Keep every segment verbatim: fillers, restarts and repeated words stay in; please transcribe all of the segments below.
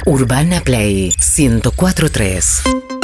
Urbana Play ciento cuatro punto tres.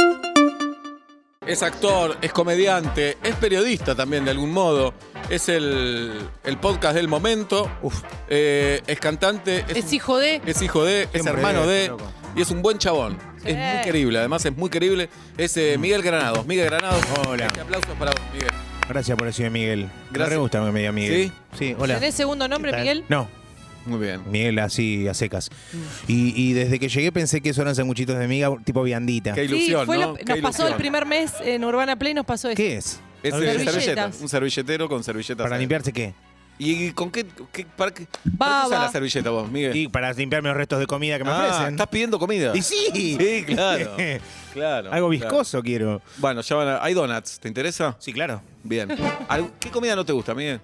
Es actor, es comediante, es periodista también de algún modo. Es el, el podcast del momento. Uf. Eh, es cantante. Es hijo de. Es hijo de, es hermano de. Y es un buen chabón. Sí. Es muy querible, además es muy querible. Es eh, Miguel Granados. Miguel Granados. Hola. Este aplauso para vos, Miguel. Gracias por decirme Miguel. Gracias. Me gusta que me diga Miguel. ¿Sí? Sí, hola. ¿Tenés segundo nombre, ¿Qué tal? Miguel? No, Muy bien. Miguel así a secas. Y, y desde que llegué pensé que eso eran sanguchitos de miga tipo viandita. Qué Sí, ilusión, fue ¿no? la- Qué nos pasó ilusión. el primer mes en Urbana Play, nos pasó esto. ¿Qué es? Es eh, Servilletas. servilleta. Un servilletero con servilletas. ¿Para adentro. limpiarse qué? ¿Y con qué? qué para qué, para Baba. qué usas la servilleta vos, Miguel? Y para limpiarme los restos de comida que me ah, ofrecen. ¿estás pidiendo comida? Y sí. Sí, claro. Claro. Algo claro. viscoso quiero. Bueno, ya van a... Hay donuts, ¿te interesa? Sí, claro. Bien. ¿Algo- ¿Qué comida no te gusta, Miguel?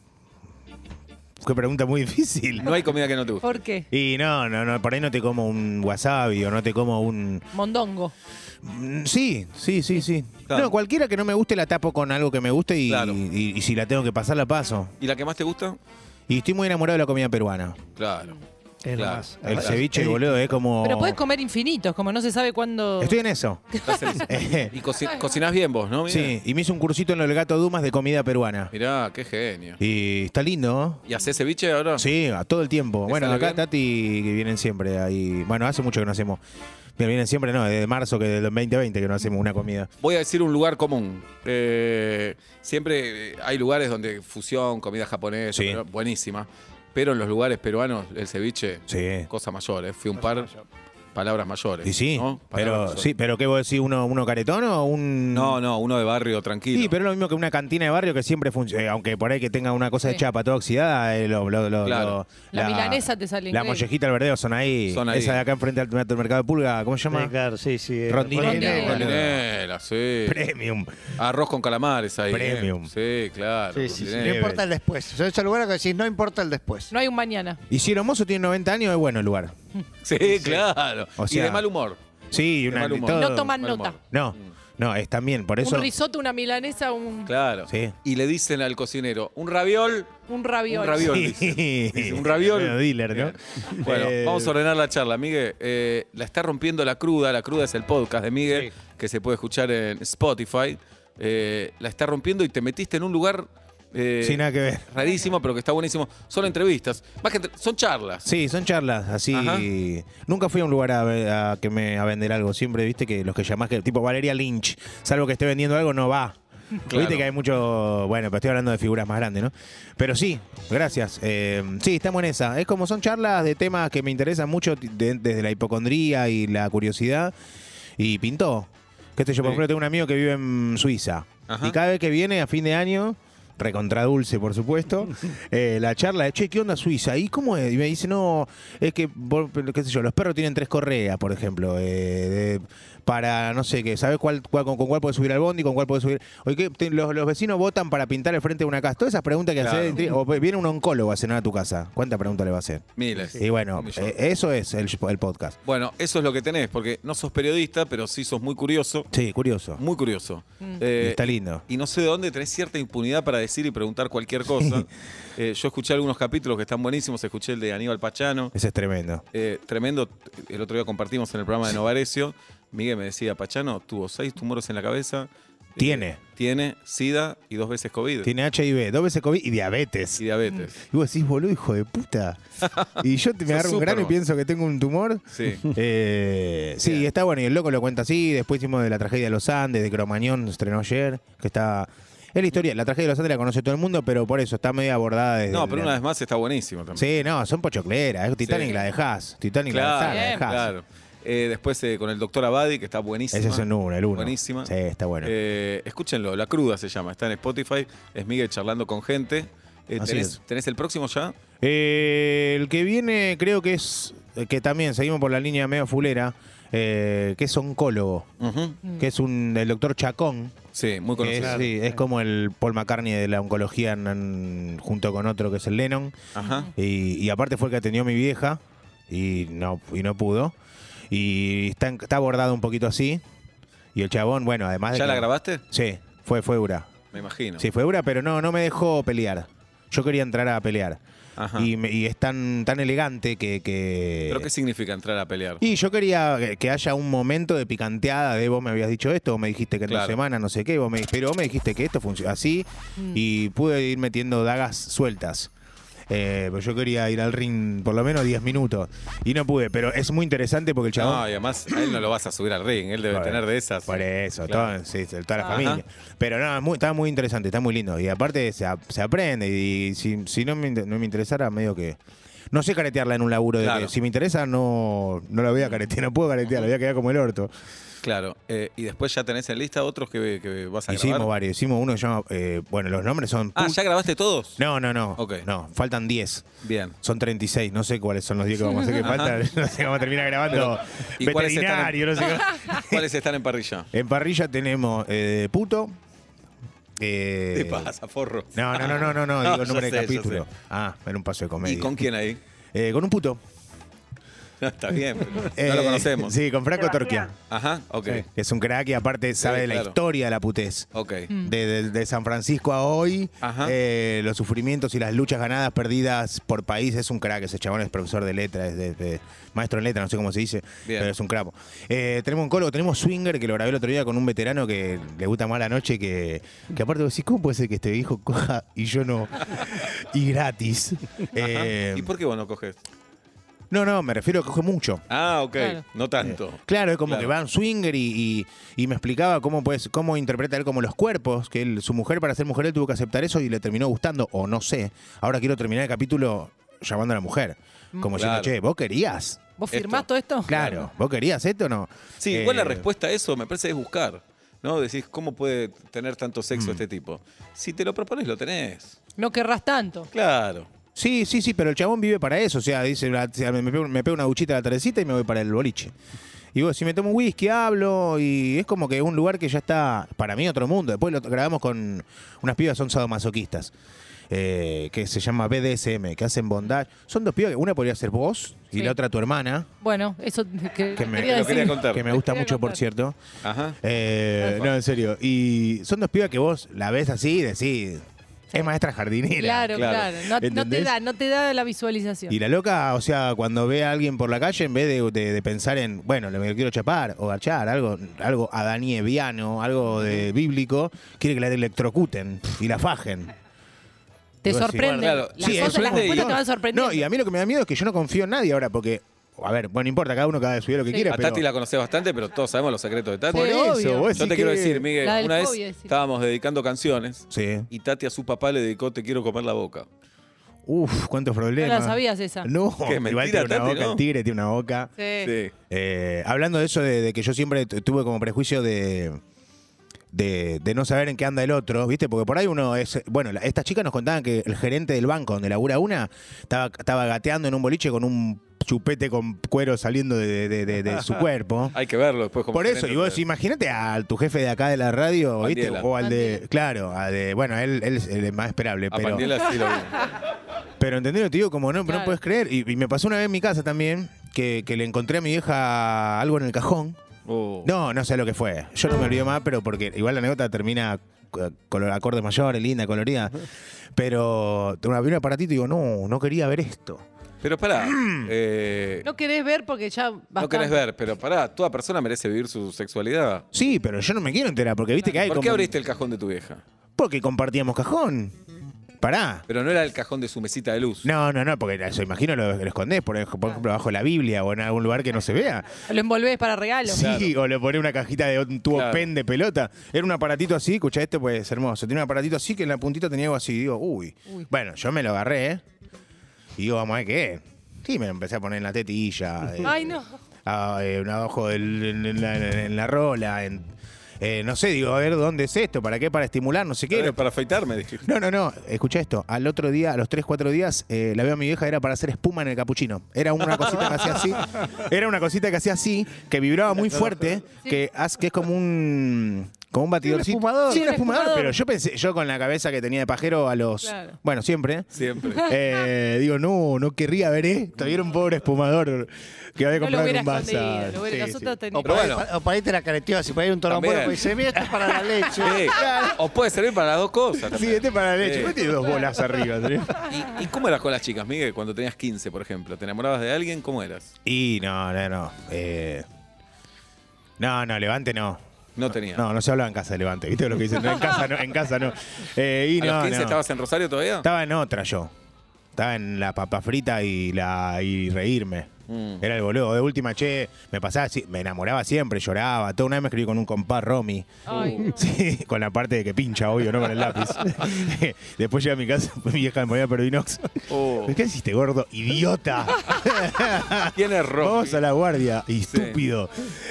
Qué pregunta muy difícil. No hay comida que no te guste. ¿Por qué? Y no, no, no, por ahí no te como un wasabi o no te como un... Mondongo. Mm, Sí, sí, sí, sí. Claro. No, cualquiera que no me guste la tapo con algo que me guste y, Claro. y- y si la tengo que pasar la paso. ¿Y la que más te gusta? Y estoy muy enamorado de la comida peruana. Claro. Es lo Claro. más. El Claro. ceviche, boludo, es como... Pero podés comer infinitos, como no se sabe cuándo. Estoy en eso. Estás en- Y coci- cocinás bien vos, ¿no, Miguel? Sí, y me hice un cursito en el Gato Dumas de comida peruana. Mirá, qué genio. Y está lindo, ¿no? ¿Y hacés ceviche ahora? Sí, a todo el tiempo. ¿Te Bueno, sale acá bien? Tati que vienen siempre ahí. Bueno, hace mucho que no hacemos. Pero vienen siempre, no, desde marzo que del veinte veinte que no hacemos una comida. Voy a decir un lugar común. Eh, siempre eh, hay lugares donde fusión, comida japonesa, Sí. pero- buenísima. Pero en los lugares peruanos, el ceviche, Sí. cosa mayor, ¿eh? Fui un par, palabras mayores. Y sí, ¿no? Palabras pero mayores. sí, pero ¿qué vos decís? ¿Uno, uno caretón o un...? No, no, uno de barrio tranquilo. Sí, pero es lo mismo que una cantina de barrio que siempre funciona, aunque por ahí que tenga una cosa de Sí. chapa toda oxidada, eh, lo, lo- lo- Claro. lo- La milanesa te sale La increíble. mollejita del verdeo son ahí. Son ahí. Esa de acá enfrente al mercado de Pulga, ¿cómo se llama? Sí, claro, sí, sí. eh, Rondinela. Rondinela. Rondinela, sí. Premium. Arroz con calamares ahí. ¿eh? Premium. Sí, claro. Sí, sí, sí. rondinela. No importa el después. Son esos lugares que decís, no importa el después. No hay un mañana. Y si el mozo tiene noventa años, es bueno el lugar. Sí, claro. O y sea, de mal humor. Sí, De una, mal humor. todo- No toman mal nota. humor. No, no, es también, por eso. Un risotto, una milanesa, un, Claro. Sí. Y le dicen al cocinero, un raviol. un raviol. Un raviol. Sí. dice. Dice, un raviol. Bueno, dealer, ¿no? Bueno, Eh, vamos a ordenar la charla, Miguel. Eh, la está rompiendo La Cruda. La Cruda es el podcast de Miguel, que se puede escuchar en Spotify. Eh, la está rompiendo y te metiste en un lugar eh, Sin nada que ver. rarísimo, pero que está buenísimo. Son entrevistas. Más que entre- son charlas. Sí, son charlas, así. Ajá. Nunca fui a un lugar a, a que me a vender algo. Siempre, viste, que los que llamás, que tipo Valeria Lynch, salvo que esté vendiendo algo, no va. Claro. Viste que hay mucho. Bueno, pero estoy hablando de figuras más grandes, ¿no? Pero sí, gracias. Eh, sí, estamos en esa. Es como son charlas de temas que me interesan mucho, de- desde la hipocondría y la curiosidad. Y pintó. Que este yo, por Sí. ejemplo, tengo un amigo que vive en Suiza. Ajá. Y cada vez que viene a fin de año. Recontra dulce, por supuesto. eh, la charla de, che, ¿qué onda Suiza? ¿Y cómo es? Y me dice, no, es que, por- qué sé yo, los perros tienen tres correas, por ejemplo, eh, de- para, no sé, qué, ¿sabes cuál, cuál- con, con cuál puedes subir al bondi, con cuál puedes subir? Oye, ¿qué? Te- los, los vecinos votan para pintar el frente de una casa. Todas esas preguntas que Claro. haces, o viene un oncólogo a cenar a tu casa. ¿Cuántas preguntas le va a hacer? Miles. Y bueno, Un millón. eh, eso es el, el podcast. Bueno, eso es lo que tenés, porque no sos periodista, pero sí sos muy curioso. Sí, curioso. Muy curioso. Y Eh, está lindo. Y no sé de dónde tenés cierta impunidad para decir y preguntar cualquier cosa. Eh, yo escuché algunos capítulos que están buenísimos. Escuché el de Aníbal Pachano. Ese es tremendo. Eh, tremendo. El otro día compartimos en el programa de Novarecio. Miguel me decía, Pachano tuvo seis tumores en la cabeza. Tiene. Eh, tiene SIDA y dos veces COVID. Tiene H I V, dos veces COVID y diabetes. Y diabetes. Y vos decís, boludo, hijo de puta. Y yo te me Sos agarro un grano y Superman. pienso que tengo un tumor. Sí. Eh, sí, Bien. está bueno. Y el loco lo cuenta así. Después hicimos de la tragedia de los Andes, de Cromañón, estrenó ayer. Que está. Es la historia. La tragedia de los Andes la conoce todo el mundo, pero por eso está medio abordada desde. No, el- pero una vez más está buenísimo también. Sí, no, son pochocleras. Es Titanic Sí. la dejás. Titanic Claro, la dejás. la Bien. dejás. claro. Eh, después eh, con el doctor Abadi, que está buenísimo. Ese es el uno, el uno. Buenísima. Sí, está bueno. Eh, escúchenlo, La Cruda se llama, está en Spotify, es Miguel charlando con gente. Eh, Así tenés, es. ¿Tenés el próximo ya? Eh, el que viene creo que es. Que también seguimos por la línea medio fulera. eh, que es oncólogo. Ujú. Que es un el doctor Chacón. Sí, muy Que es, conocido. sí, es como el Paul McCartney de la oncología en- en- junto con otro que es el Lennon. Ajá. Y, y aparte fue el que atendió a mi vieja y no, y no pudo. Y está, está abordado un poquito así. Y el chabón, bueno, además de ¿Ya que- la grabaste? Sí, fue, fue dura. Me imagino. Sí, fue dura, pero no, no me dejó pelear. Yo quería entrar a pelear. Ajá. Y, me- y es tan, tan elegante que, que... ¿Pero qué significa entrar a pelear? Y yo quería que, que haya un momento de picanteada de vos me habías dicho esto, vos me dijiste que en Claro. dos semanas no sé qué, vos me, pero vos me dijiste que esto funciona así y pude ir metiendo dagas sueltas. Eh, pero yo quería ir al ring por lo menos diez minutos y no pude, pero es muy interesante porque el chabón... No, y además a él no lo vas a subir al ring, él debe Por- tener de esas. Por eso, Claro. todo- sí, sí, toda la Ajá. familia. Pero no, es muy- está muy interesante, está muy lindo. Y aparte se, ap- se aprende. Y si, si no, me, inter- no me interesara, medio que. No sé caretearla en un laburo de Claro. que si me interesa, no, no la voy a caretear, no puedo caretear, la voy a quedar como el orto. Claro. Eh, y después ya tenés en lista otros que, que vas a Hicimos grabar. varios, hicimos uno que se llama. eh, bueno, los nombres son. Ah, Pul- ¿ya grabaste todos? No, no, no. Ok. No, faltan diez. Bien. Son treinta y seis, no sé cuáles son los diez que vamos a hacer que Ajá. faltan. No sé cómo termina grabando. ¿y cuáles están en- Veterinario, no sé cómo. ¿Cuáles están en parrilla? En parrilla tenemos eh, Puto. Eh, ¿Qué pasa, forro? No, no, no, no, no, no, No, digo el yo nombre sé, del yo capítulo. sé. Ah, era un paso de comedia. ¿Y con quién ahí? Eh, con un puto. No, está bien, pero no Eh, lo conocemos. Sí, con Franco Torquia. Ajá, ok. Que es un crack y aparte sabe de la claro. historia de la putez. Ok. De, de- de San Francisco a hoy, Ajá. eh, los sufrimientos y las luchas ganadas, perdidas por país. Es un crack, ese chabón es profesor de letras, es de, de- maestro en letras, no sé cómo se dice, Bien. pero es un crapo. Eh, tenemos un colo, tenemos Swinger, que lo grabé el otro día con un veterano que le gusta más la noche, que, que aparte vos decís, ¿cómo puede ser que este viejo coja y yo no? Y gratis. Eh, ¿Y por qué vos no coges? no, no, me refiero a que coge mucho. Ah, ok. Claro. No tanto. Claro, es como Claro. que va a un swinger y, y- y me explicaba cómo pues, cómo interpreta él como los cuerpos, que él, su mujer para ser mujer él tuvo que aceptar eso y le terminó gustando, o no sé. Ahora quiero terminar el capítulo llamando a la mujer. Como Claro. diciendo, che, ¿vos querías? ¿Vos Esto. firmás todo esto? Claro, ¿vos querías esto o no? Sí, Eh, igual la respuesta a eso me parece es buscar. ¿No? Decís, ¿cómo puede tener tanto Mm. sexo este tipo? Si te lo propones, lo tenés. No querrás tanto. Claro. Sí, sí, sí, pero el chabón vive para eso. O sea, dice, la- me pego, me pego una duchita a la tardecita y me voy para el boliche. Y vos, si me tomo un whisky, hablo, y es como que un lugar que ya está, para mí, otro mundo. Después lo grabamos con unas pibas, son sadomasoquistas, eh, que se llama B D S M, que hacen bondage. Son dos pibas, una podría ser vos y Sí. la otra tu hermana, Bueno, eso que, que me, quería lo decir. quería contar. que me gusta Quería mucho, por contar. cierto. Ajá. Eh, no, en serio. Y son dos pibas que vos la ves así y decís, es maestra jardinera. Claro, Claro. claro. No, no te ¿Entendés? da, no te da la visualización. Y la loca, o sea, cuando ve a alguien por la calle, en vez de, de- de pensar en, bueno, le quiero chapar o garchar, algo, algo adanieviano, algo de bíblico, quiere que la electrocuten y la fajen. Te Digo, sí. sorprende. Bueno, claro. Las Sí, cosas, eso las es de- respuestas te van sorprendiendo. No, y a mí lo que me da miedo es que yo no confío en nadie ahora, porque, a ver, bueno, no importa, cada uno cada subir lo que Sí. quiere, A pero... Tati la conocés bastante, pero todos sabemos los secretos de Tati. Por Sí, eso, obvio. vos Yo decís te quiero que- decir, Miguel, La del una vez COVID, decís. estábamos dedicando canciones Sí. y Tati a su papá le dedicó Te quiero comer la boca. Uf, cuántos No problemas. la sabías esa. No, Qué igual mentira, tiene una Tati, boca, ¿no? el tigre tiene una boca. Sí. Sí. Eh, hablando de eso, de, de que yo siempre t- tuve como prejuicio de, de, de no saber en qué anda el otro, ¿viste? Porque por ahí uno es. Bueno, la- estas chicas nos contaban que el gerente del banco donde labura una estaba, estaba gateando en un boliche con un chupete con cuero saliendo de, de- de- de su cuerpo. Hay que verlo después. como Por eso, gerente, y vos pero- imagínate a tu jefe de acá de la radio, ¿viste? Pandiela. O al de. Pandiela. Claro, al de. Bueno, él, él es el más esperable, A pero. Pandiela sí lo vi. Pero entendés lo que te digo, como no, no Claro. puedes creer. Y, y me pasó una vez en mi casa también, que, que le encontré a mi vieja algo en el cajón. Oh. No, no sé lo que fue. Yo no me olvido más, pero porque igual la anécdota termina eh, con los acordes mayores, linda, colorida. Pero tengo un aparatito y digo, no, no quería ver esto. Pero pará. eh, No querés ver porque ya bastante. no querés ver, pero pará. Toda persona merece vivir su sexualidad. Sí, pero yo no me quiero enterar, porque viste que hay ¿Por qué como- abriste el cajón de tu vieja? Porque compartíamos cajón. Pará. Pero no era el cajón de su mesita de luz. No, no, no, porque eso imagino lo, lo escondés, por, ej- por ejemplo, bajo la Biblia o en algún lugar que no se vea. Lo envolvés para regalo. Sí, o le ponés una cajita de un tubo Claro. pen de pelota. Era un aparatito así, escucha, este pues es hermoso. Tiene un aparatito así que en la puntita tenía algo así. Digo, uy. Uy. Bueno, yo me lo agarré, ¿eh? Y digo, vamos a ver qué es. Sí, me lo empecé a poner en la tetilla. eh, Ay, no. ah, eh, abajo del- en, en la, en la rola. En, eh, no sé, digo, a ver dónde es esto, para qué, para estimular, no sé qué. Era para afeitarme, dije. No, no, no. Escucha esto. Al otro día, a los tres, cuatro días, eh, la veo a mi vieja, era para hacer espuma en el capuchino. Era una cosita que hacía así. Era una cosita que hacía así, que vibraba muy fuerte, Sí. que, haz- que es como un. Como un batidorcito. Un espumador. Sí, un Un espumador, espumador. pero yo pensé, yo con la cabeza que tenía de pajero a los. Claro. Bueno, siempre. Siempre. Eh, digo, no, no querría ver esto. Había un pobre espumador que había No lo comprado hubiera en un escondido. bazar. Lo hubiera, Sí, nosotros sí. teníamos. O para, bueno. o para irte la careteó, si para ir un torombolo, También. pues dice, mira, esto es para la leche. Sí. O puede servir para las dos cosas. Sí, también. este para la leche. Sí. ¿Por qué tiene dos bolas arriba? ¿Tenés? ¿Y, ¿Y cómo eras con las chicas, Miguel, cuando tenías quince, por ejemplo? ¿Te enamorabas de alguien? ¿Cómo eras? Y no, no, no. Eh, no, no, Levante no. No tenía. No, no se hablaba en casa de Levante. ¿Viste lo que dicen? No, en casa no, en casa no. Eh, y ¿A no, los quince no. estabas en Rosario todavía? Estaba en otra yo. Estaba en la papa frita y la y reírme. Mm. Era el boludo. De última, che, me pasaba, así- me enamoraba siempre, lloraba. Toda una vez me escribí con un compás Romy. Ay, no. Sí, con la parte de que pincha, obvio, no con el lápiz. Después llegué a mi casa, mi vieja me ponía Pervinox. Oh. ¿Qué hiciste, gordo? ¡Idiota! ¿Quién es Rocky? Vamos a la guardia. Estúpido.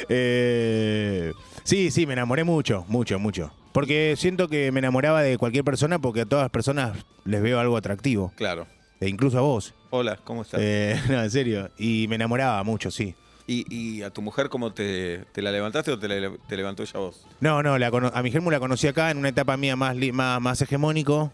Eh, sí, sí, me enamoré mucho, mucho, mucho. Porque siento que me enamoraba de cualquier persona porque a todas las personas les veo algo atractivo. Claro. E incluso a vos. Hola, ¿cómo estás? Eh, no, en serio. Y me enamoraba mucho, sí. ¿Y, y a tu mujer cómo te, te la levantaste o te, la, te levantó ella vos? No, no, la cono- a mi germu la conocí acá en una etapa mía más, li- más, más hegemónico.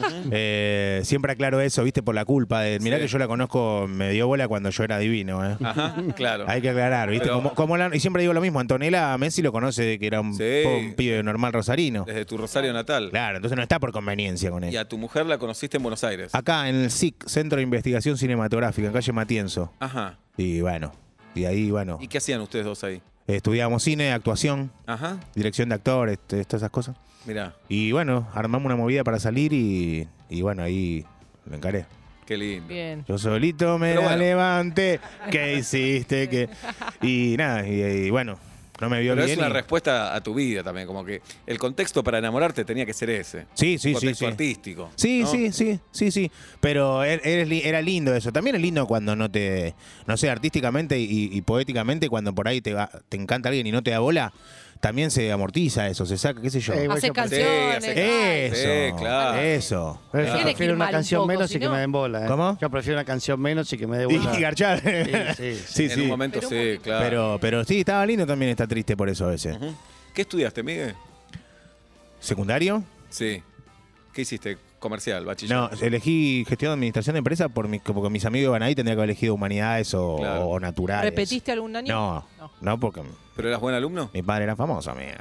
Eh, siempre aclaro eso, viste, por la culpa de. Mirá Sí. que yo la conozco, me dio bola cuando yo era divino, ¿eh? Ajá, claro. Hay que aclarar, ¿viste? Pero- Como, como la- y siempre digo lo mismo, Antonella Messi lo conoce de que era un, Sí. un pibe normal rosarino. Desde tu Rosario natal. Claro, entonces no está por conveniencia con Y él. a tu mujer la conociste en Buenos Aires. Acá en el S I C, Centro de Investigación Cinematográfica, en calle Matienzo. Ajá. Y bueno, y ahí, bueno, ¿Y qué hacían ustedes dos ahí? estudiábamos cine, actuación, Ajá. dirección de actor, este, todas esas cosas. Mirá, Y bueno, armamos una movida para salir y, y bueno, ahí lo encaré. qué lindo. Bien. Yo solito me Pero la bueno. levanté. ¿Qué hiciste? ¿Qué? Y nada, y, y bueno, no me vio Pero es bien. una y- respuesta a tu vida también, como que el contexto para enamorarte tenía que ser ese. Sí, sí, Un sí, contexto sí. artístico. Sí, ¿no? sí, sí, sí, sí. Pero er- eres li- era lindo eso. También es lindo cuando no te, no sé, artísticamente y, y poéticamente, cuando por ahí te, va- te encanta alguien y no te da bola, también se amortiza eso, se saca, qué sé yo. Eh, Hace yo- canciones. Sí, ay. Eso, Sí, claro. eso. Pero Tiene yo que prefiero ir una mal un canción poco, menos si y que no- me den bola. ¿eh? ¿Cómo? Yo prefiero una canción menos y que me dé Y bola. garchar. Sí, sí, Sí, En sí. un momento Pero un sí, poquito. claro. Pero, pero sí, estaba lindo también, está triste por eso a veces. Ujú. ¿Qué estudiaste, Miguel? ¿Secundario? Sí. ¿Qué hiciste? Comercial, bachiller. No, elegí gestión de administración de empresa por mi, porque mis amigos iban ahí, tendría que haber elegido humanidades o, Claro. o naturales. ¿Repetiste algún año? No, No. no, porque ¿Pero eras buen alumno? mi padre era famoso, amigo.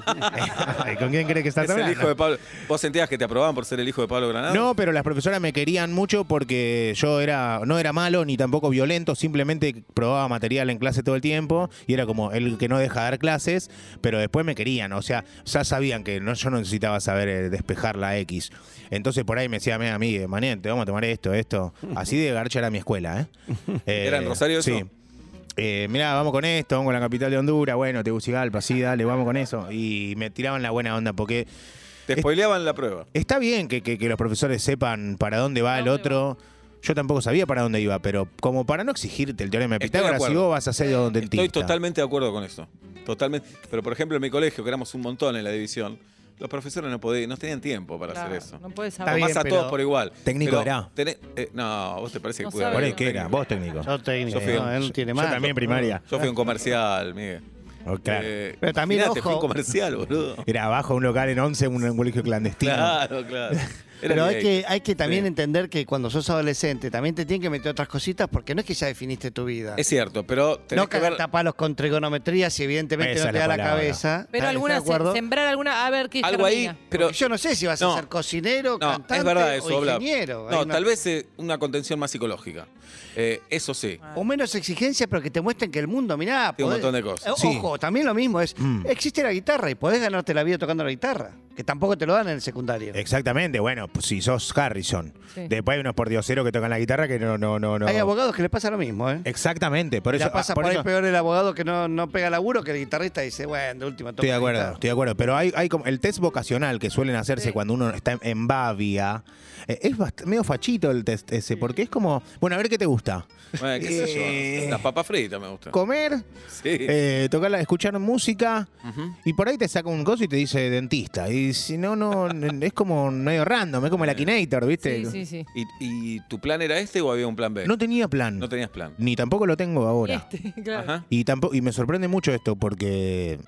¿Y con quién crees que estás Es el hablando? hijo de Pablo. ¿Vos sentías que te aprobaban por ser el hijo de Pablo Granado? No, pero las profesoras me querían mucho porque yo era no era malo ni tampoco violento, simplemente probaba material en clase todo el tiempo y era como el que no deja de dar clases, pero después me querían, o sea, ya sabían que no, yo no necesitaba saber eh, despejar la X. Entonces por ahí me decía, mira, amigo, mané, te vamos a tomar esto, esto. Así de garcha era mi escuela, ¿eh? Eh, ¿Era en Rosario eso? Sí. Eh, mirá, vamos con esto, vamos con la capital de Honduras, bueno, Tegucigalpa, sí, dale, vamos con eso. Y me tiraban la buena onda porque Te spoileaban la prueba. está bien que, que- que los profesores sepan para dónde va el ¿Dónde otro. Yo tampoco sabía para dónde iba, pero como para no exigirte el teorema de Estoy de Pitágoras, si acuerdo. vos vas a ser dentista. Estoy totalmente de acuerdo con eso. Totalmente. Pero por ejemplo, en mi colegio, que éramos un montón en la división, los profesores no podían, no tenían tiempo para Claro, hacer eso. No puedes Está saber. bien, Más a pero- todos por igual. Técnico Pero era. tenés- eh, no, vos te parece que No pude sabe. haber Por ahí ido que era, técnico. vos técnico. Yo técnico, Yo fui- no, él no tiene Yo más. también primaria. Yo fui a un comercial, Miguel. Oh, claro. Eh, Pero también, mirá, te fui a un ojo. comercial, boludo. Era abajo un local en once, un, un colegio clandestino. Claro, claro. Era Pero mi hay que, hay que también Sí. entender que cuando sos adolescente también te tienen que meter otras cositas porque no es que ya definiste tu vida. Es cierto, pero tenés No que cagar ver tapalos con trigonometrías si evidentemente Esa no es te la da la palabra. cabeza. Pero ¿Estás alguna, de acuerdo? sembrar alguna, a ver qué algo ahí, germina. pero Porque yo no sé si vas No. a ser cocinero, no, cantante es verdad o eso, habla. ingeniero. Hay No, una- tal vez eh, una contención más psicológica. Eh, eso sí. O menos exigencia, pero que te muestren que el mundo, mirá, Tiene un podés- montón de cosas. Eh, Sí. Ojo, también lo mismo es, Mm. existe la guitarra y podés ganarte la vida tocando la guitarra, que tampoco te lo dan en el secundario. Exactamente, bueno, pues si sos Harrison. Sí. Después hay unos pordioseros que tocan la guitarra que no, no, no, no. Hay abogados que les pasa lo mismo, ¿eh? Exactamente, por Y eso. la pasa ah, por por ahí eso- peor el abogado que no, no pega laburo que el guitarrista dice, bueno, de última toca Estoy de la acuerdo, guitarra. estoy de acuerdo. Pero hay, hay como el test vocacional que suelen hacerse Sí. cuando uno está en, en Bavia. eh, es bast- medio fachito el test ese, porque es como, bueno, a ver qué te gusta. Bueno, qué sé Eh, yo. Las papas fritas me gustan. Comer, Sí. eh, tocar, la- escuchar música. Ujú. Y por ahí te saca un coso y te dice dentista. Y si no, no, es como medio random, es como el Akinator, ¿viste? Sí, sí, sí. ¿Y, y tu plan era este o había un plan B? No tenía plan. No tenías plan. Ni tampoco lo tengo ahora. Este, claro. Ajá. Y tampoco, y me sorprende mucho esto porque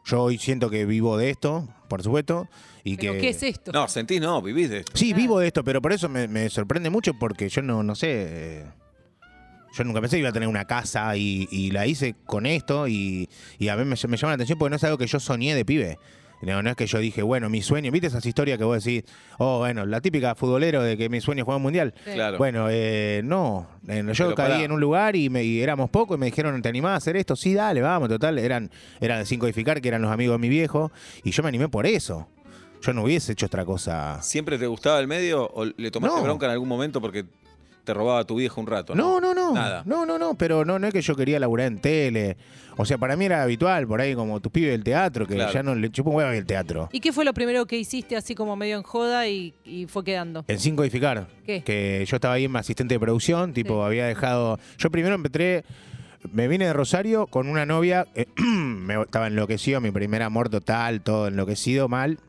Yo hoy siento que vivo de esto, por supuesto. Y ¿Pero que, qué es esto? No, sentís no, vivís de esto. Sí, Claro. vivo de esto, pero por eso me, me sorprende mucho porque yo no, no sé. eh, Yo nunca pensé que iba a tener una casa y, y la hice con esto y, y a mí me, me llama la atención porque no es algo que yo soñé de pibe. No, no es que yo dije, bueno, mi sueño, ¿viste esas historias que vos decís? Oh, bueno, la típica futbolero de que mi sueño es jugar un mundial. Sí. Claro. Bueno, eh, no, eh, yo Pero caí pará. en un lugar y, me, y éramos pocos y me dijeron, ¿te animás a hacer esto? Sí, dale, vamos, total, eran, eran de Sin Codificar, que eran los amigos de mi viejo, y yo me animé por eso. Yo no hubiese hecho otra cosa. ¿Siempre te gustaba el medio o le tomaste No. bronca en algún momento porque te robaba tu viejo un rato? No, no, no. Nada. No, no, no, pero no, no es que yo quería laburar en tele. O sea, para mí era habitual, por ahí como tu pibe del teatro, que Claro. ya no le chupo un huevo el teatro. ¿Y qué fue lo primero que hiciste así como medio en joda y, y fue quedando? En Sin Codificar. ¿Qué? Que yo estaba ahí en asistente de producción, tipo, Sí. había dejado. Yo primero empecé. Me vine de Rosario con una novia, eh, me estaba enloquecido, mi primer amor total, todo enloquecido, mal.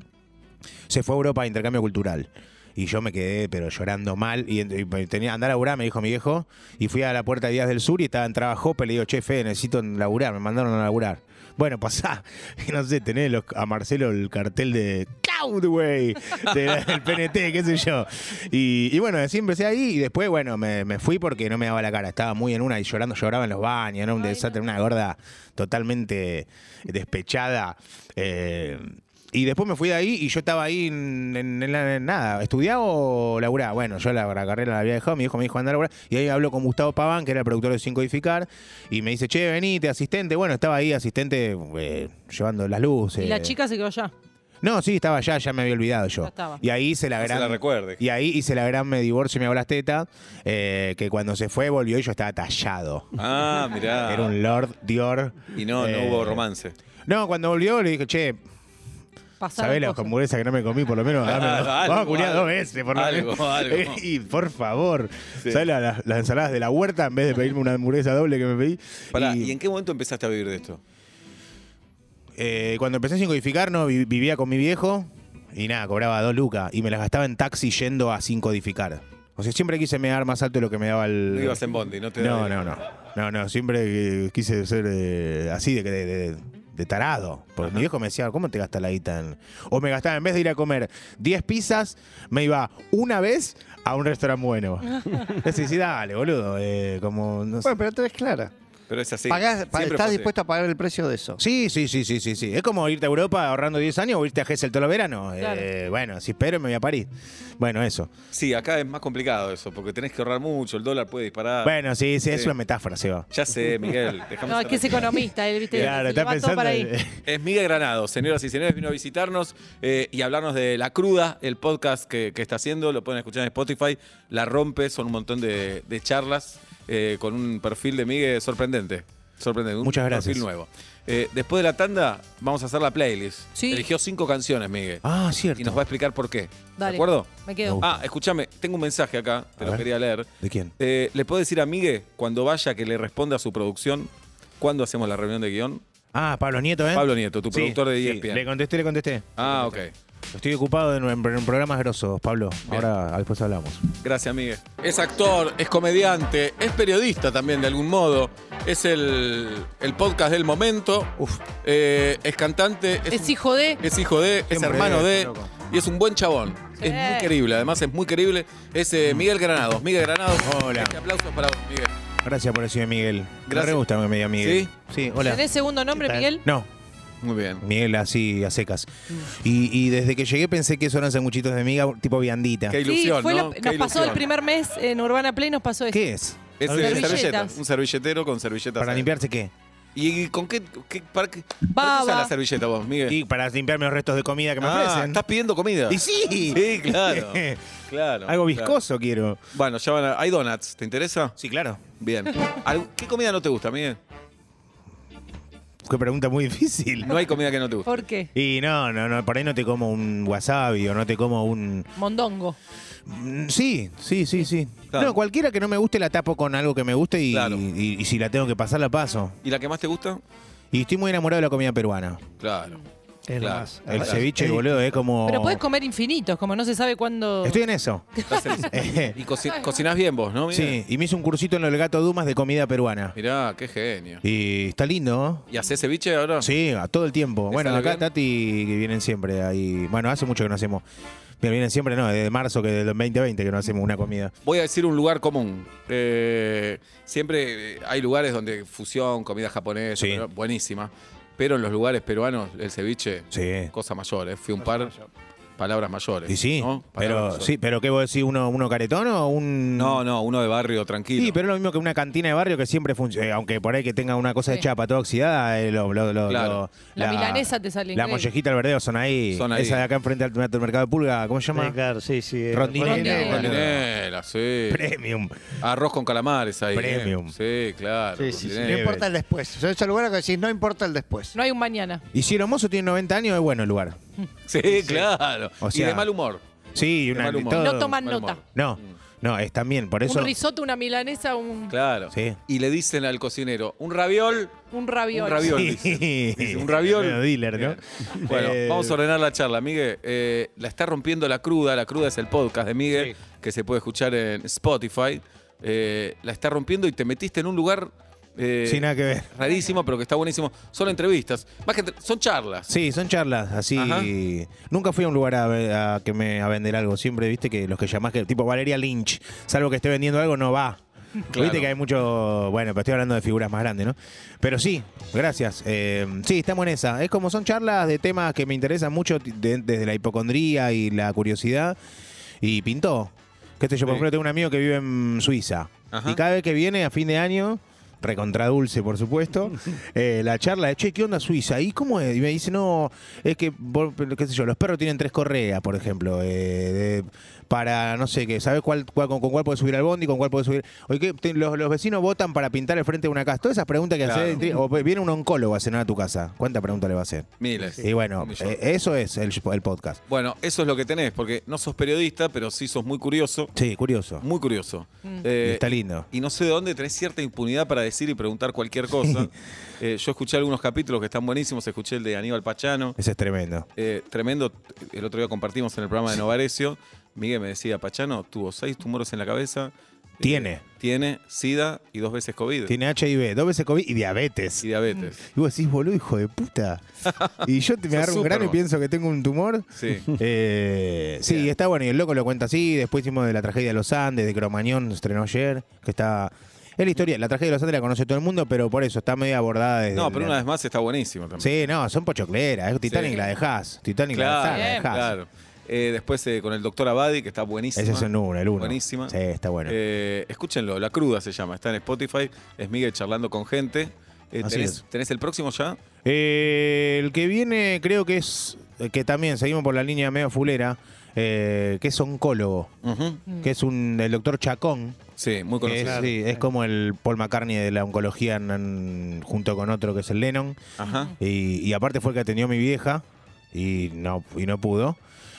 Se fue a Europa a intercambio cultural. Y yo me quedé, pero llorando mal. Y, y tenía que andar a laburar, me dijo mi viejo. Y fui a la puerta de Díaz del Sur y estaba en Trabajope. Le digo, che, Fe, necesito laburar. Me mandaron a laburar. Bueno, pasá. Y no sé, tenés los- a Marcelo el cartel de Cloudway, de- del P N T, qué sé yo. Y, y bueno, así empecé ahí. Y después, bueno, me, me fui porque no me daba la cara. Estaba muy en una y llorando, lloraba en los baños. ¿No? Un Ay, desastre, no. una gorda totalmente despechada. Eh, y después me fui de ahí y yo estaba ahí en, en- en la- en nada, ¿estudiaba o laburaba? Bueno, yo la, la carrera la había dejado, mi hijo me dijo anda a laburar. Y ahí habló con Gustavo Paván, que era el productor de Sin Codificar, y me dice, che, venite, asistente. Bueno, estaba ahí, asistente, eh, llevando las luces. Y la chica se quedó allá. No, sí, estaba allá, ya me había olvidado yo. Ya estaba. Y ahí hice la No se gran. la recuerde. Y ahí hice la gran me divorcio y me hago las tetas, eh, que cuando se fue volvió y yo estaba tallado. Ah, mirá. Era un Lord Dior. Y no, no eh, hubo romance. No, cuando volvió le dije, che, Pasaron ¿sabés la cosas. hamburguesa que no me comí? Por lo menos dame Algo, dos. Vamos a culiar algo. dos veces, por lo Algo, menos. algo. Y por favor, Sí. ¿sabes la- la- las ensaladas de la huerta en vez de pedirme una hamburguesa doble que me pedí? Pará, Y, ¿y en qué momento empezaste a vivir de esto? eh, cuando empecé Sin Codificar, no, vi- vivía con mi viejo y nada, cobraba dos lucas y me las gastaba en taxi yendo a Sin Codificar. O sea, siempre quise me dar más alto de lo que me daba el. No ibas en bondi, no te No, daba- no, no. No, no, siempre eh, quise ser eh, así de, de, de- de tarado. Porque mi viejo me decía, ¿cómo te gastas la guita? en-?" O me gastaba, en vez de ir a comer diez pizzas, me iba una vez a un restaurante bueno. Entonces, sí, dale, boludo. eh, como, no sé. Bueno, pero te ves clara. Pero es así. Pagás- pa- Siempre ¿Estás fue así. dispuesto a pagar el precio de eso? Sí, sí, sí, sí, sí, sí. Es como irte a Europa ahorrando diez años o irte a Gessel todo el verano. Claro. Eh, bueno, si espero me voy a París. Bueno, eso. Sí, acá es más complicado eso, porque tenés que ahorrar mucho, el dólar puede disparar. Bueno, sí, sí, es Sí. una metáfora, Seba. Ya sé, Miguel. déjame No, es ser que es tranquilo. economista, él, viste, Claro, se está le va todo pensando. para ahí. Es Miguel Granado, señoras y señores, vino a visitarnos eh, y hablarnos de La Cruda, el podcast que, que está haciendo. Lo pueden escuchar en Spotify. La rompe, son un montón de, de charlas eh, con un perfil de Miguel sorprendente. Sorprendente, un Muchas gracias. perfil nuevo. Eh, después de la tanda, vamos a hacer la playlist. Sí. Eligió cinco canciones, Miguel. Ah, cierto. Y nos va a explicar por qué. Dale. ¿De acuerdo? Me quedo. Uh. Ah, escúchame, tengo un mensaje acá, te A lo ver. quería leer. ¿De quién? Eh, ¿Le puedo decir a Miguel, cuando vaya, que le responda a su producción, cuándo hacemos la reunión de guión? Ah, Pablo Nieto, ¿eh? Pablo Nieto, tu Sí, productor de sí. E S P N. Le contesté, le contesté. Ah, ok. Estoy ocupado en, en- en programas grosos, Pablo. Bien. Ahora después hablamos. Gracias, Miguel. Es actor, es comediante, es periodista también de algún modo. Es el, el podcast del momento. Uf. Eh, es cantante. Es un- hijo de... es hijo de, es Siempre hermano es, de. loco. Y es un buen chabón. Sí. Es muy querible, además es muy querible. Es eh, Miguel Granados. Miguel Granados. Hola. Este aplauso para vos, Miguel. Gracias por decirme Miguel. Gracias. Me re gusta que me diga Miguel. Sí, hola. ¿Tenés segundo nombre, ¿Qué tal? Miguel? No, Muy bien. Miguel así a secas. Y, y desde que llegué pensé que eso eran sanguchitos de miga tipo viandita. Qué Sí, ilusión, fue ¿no? lo- Qué nos pasó el ilusión. primer mes en Urbana Play, nos pasó esto. ¿Qué es? Es eh, Servilletas. servilletas. Un servilletero con servilletas. ¿Para adentro. limpiarse qué? ¿Y con qué? qué para qué, para qué Baba. usas la servilleta vos, Miguel? Y para limpiarme los restos de comida que me Ah, ofrecen. ¿estás pidiendo comida? Y sí. Sí, claro. Claro. Algo claro. viscoso quiero. Bueno, ya van a... Hay donuts, ¿te interesa? Sí, claro. Bien. ¿Algo- ¿Qué comida no te gusta, Miguel? Qué pregunta muy difícil. No hay comida que no te guste. ¿Por qué? Y no, no, no, por ahí no te como un wasabi o no te como un... Mondongo. Mm, Sí, sí, sí, sí. Claro. No, cualquiera que no me guste la tapo con algo que me guste y, Claro. y- y si la tengo que pasar, la paso. ¿Y la que más te gusta? Y estoy muy enamorado de la comida peruana. Claro. Es lo Claro. más. El Es- ceviche, es boludo, es como... Pero podés comer infinitos, como no se sabe cuándo. Estoy en eso. Eh, Y coci- cocinás bien vos, ¿no? sí, y me hice un cursito en el Gato Dumas de comida peruana. Mirá, qué genio. Y está lindo, ¿no? ¿Y hacés ceviche ahora? Sí, a todo el tiempo. ¿Te Bueno, sale acá bien? Tati que vienen siempre ahí. Bueno, hace mucho que no hacemos. Pero vienen siempre, no, desde marzo que del veinte veinte que no hacemos una comida. Voy a decir un lugar común. Eh, siempre eh, hay lugares donde fusión, comida japonesa, Sí. pero- buenísima. Pero en los lugares peruanos, el ceviche, Sí. cosa mayor. ¿eh? Fui un par, palabras mayores. Y sí, ¿no? Palabras pero mayores. sí, pero ¿qué vos decís? ¿Uno, uno caretón o un...? No, no, uno de barrio tranquilo. Sí, pero es lo mismo que una cantina de barrio que siempre funciona, aunque por ahí que tenga una cosa de Sí. chapa toda oxidada, eh, lo, lo- lo- Claro. lo- La milanesa te sale La increíble. mollejita del verdeo son ahí. Son ahí. Esa de acá enfrente al mercado de Pulga, ¿cómo se Sí, llama? claro, sí, sí. eh, Rondinela. Rondinela. Rondinela, sí. Premium. Arroz con calamares ahí. ¿eh? Premium. Sí, claro. Sí, sí, sí. rondinela. No importa el después. Son esos lugares que decís, no importa el después. No hay un mañana. Y si el mozo tiene noventa años, es bueno el lugar. Sí, claro. O y sea, de mal humor. Sí, De una, mal humor. todo- No toman mal nota. humor. No, no, es también, por eso... Un risotto, una milanesa, un, Claro. Sí. Y le dicen al cocinero, un raviol. un raviol. Un raviol. Sí. Dice, un raviol. Bueno, dealer, ¿no? Bueno, Eh, vamos a ordenar la charla, Miguel. Eh, la está rompiendo La Cruda. La Cruda es el podcast de Miguel, que se puede escuchar en Spotify. Eh, la está rompiendo y te metiste en un lugar eh, Sin nada que ver. rarísimo, pero que está buenísimo. Son entrevistas. Más que entre- son charlas. Sí, son charlas, así. Ajá. Nunca fui a un lugar a, ver- a que me a vender algo. Siempre, viste, que los que llamás, que tipo Valeria Lynch, salvo que esté vendiendo algo, no va. Claro. Viste que hay mucho. Bueno, pero estoy hablando de figuras más grandes, ¿no? Pero sí, gracias. Eh, sí, estamos en esa. Es como son charlas de temas que me interesan mucho, de- desde la hipocondría y la curiosidad. Y pintó. Que sé yo, por Sí. ejemplo, tengo un amigo que vive en Suiza. Ajá. Y cada vez que viene a fin de año. Recontra dulce, por supuesto. eh, la charla de, che, ¿qué onda Suiza? ¿Y cómo es? Y me dice, no, es que, por- qué sé yo, los perros tienen tres correas, por ejemplo, eh, de- para, no sé qué, ¿sabes cuál, cuál- con, con cuál puedes subir al bondi, con cuál puedes subir? Oye, ¿qué? Te- los, los vecinos votan para pintar el frente de una casa. Todas esas preguntas que Claro. haces, o viene un oncólogo a cenar a tu casa. ¿Cuántas preguntas le va a hacer? Miles. Y bueno, Un millón. eh, eso es el, el podcast. Bueno, eso es lo que tenés, porque no sos periodista, pero sí sos muy curioso. Sí, curioso. Muy curioso. Y Eh, está lindo. Y no sé de dónde tenés cierta impunidad para decir y preguntar cualquier cosa. Eh, yo escuché algunos capítulos que están buenísimos. Escuché el de Aníbal Pachano. Ese es tremendo. Eh, tremendo. El otro día compartimos en el programa de Novarecio. Miguel me decía, Pachano tuvo seis tumores en la cabeza. Tiene. Eh, tiene SIDA y dos veces COVID. Tiene H I V, dos veces COVID y diabetes. Y diabetes. Y vos decís, boludo, hijo de puta. Y yo te, me Sos agarro un grano y Superman. pienso que tengo un tumor. Sí. Eh, sí, Bien. está bueno. Y el loco lo cuenta así. Después hicimos de la tragedia de los Andes, de Cromañón, estrenó ayer. Que está. Es la historia. La tragedia de los Andes la conoce todo el mundo, pero por eso está medio abordada desde. No, pero la- una vez más está buenísimo también. Sí, no, son pochocleras. Es Titanic Sí. la dejás. Titanic Claro, la dejás. la dejás. claro. Eh, después eh, con el doctor Abadi, que está buenísimo. Ese es el uno, el uno. Buenísima. Sí, está bueno. Eh, escúchenlo, La Cruda se llama, está en Spotify. Es Miguel charlando con gente. Eh, Así tenés, es. ¿Tenés el próximo ya? Eh, el que viene creo que es. Que también seguimos por la línea medio fulera. eh, que es oncólogo. Ujú. Que es un el doctor Chacón. Sí, muy Que es, conocido. sí, es como el Paul McCartney de la oncología en- en- junto con otro que es el Lennon. Ajá. Y, y aparte fue el que atendió a mi vieja y no, y no pudo.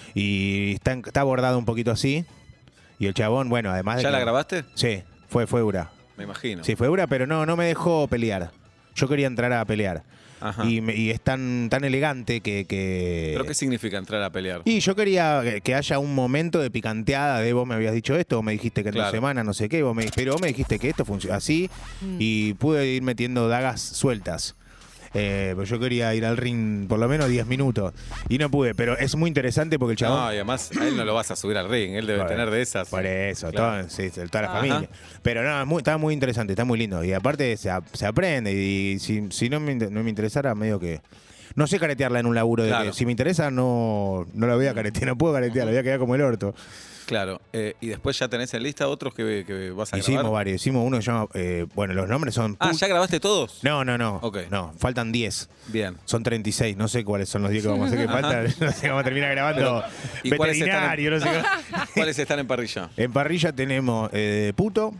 Y está, en- está abordado un poquito así. Y el chabón, bueno, además de ¿Ya que- la grabaste? Sí, fue, fue dura. Me imagino. Sí, fue dura, pero no, no me dejó pelear. Yo quería entrar a pelear. Ajá. Y, me- y es tan, tan elegante que... que- ¿Pero qué significa entrar a pelear? Y yo quería que, que haya un momento de picanteada de vos me habías dicho esto, vos me dijiste que en Claro. dos semanas no sé qué, vos me, pero vos me dijiste que esto funciona así y pude ir metiendo dagas sueltas. Eh, pero yo quería ir al ring por lo menos diez minutos y no pude, pero es muy interesante porque el chabón... No, y además a él no lo vas a subir al ring, él debe Por- tener de esas. Por eso, Claro. todo- sí, toda la Ajá. familia. Pero no, es muy- está muy interesante, está muy lindo. Y aparte se, ap- se aprende. Y si, si no, me, inter- no me interesara, medio que. No sé caretearla en un laburo de Claro. que si me interesa, no, no la voy a caretear, no puedo caretear, la voy a quedar como el orto. Claro. Eh, y después ya tenés en lista otros que, que vas a Hicimos grabar. varios, hicimos uno que se llama. eh, bueno, los nombres son. Ah, Pul- ¿ya grabaste todos? No, no, no. Ok. No, faltan diez. Bien. Son treinta y seis, no sé cuáles son los diez que vamos a hacer que Ajá. faltan. No sé cómo termina grabando. ¿y cuáles están en- Veterinario, no sé cómo. ¿Cuáles están en parrilla? En parrilla tenemos eh, Puto.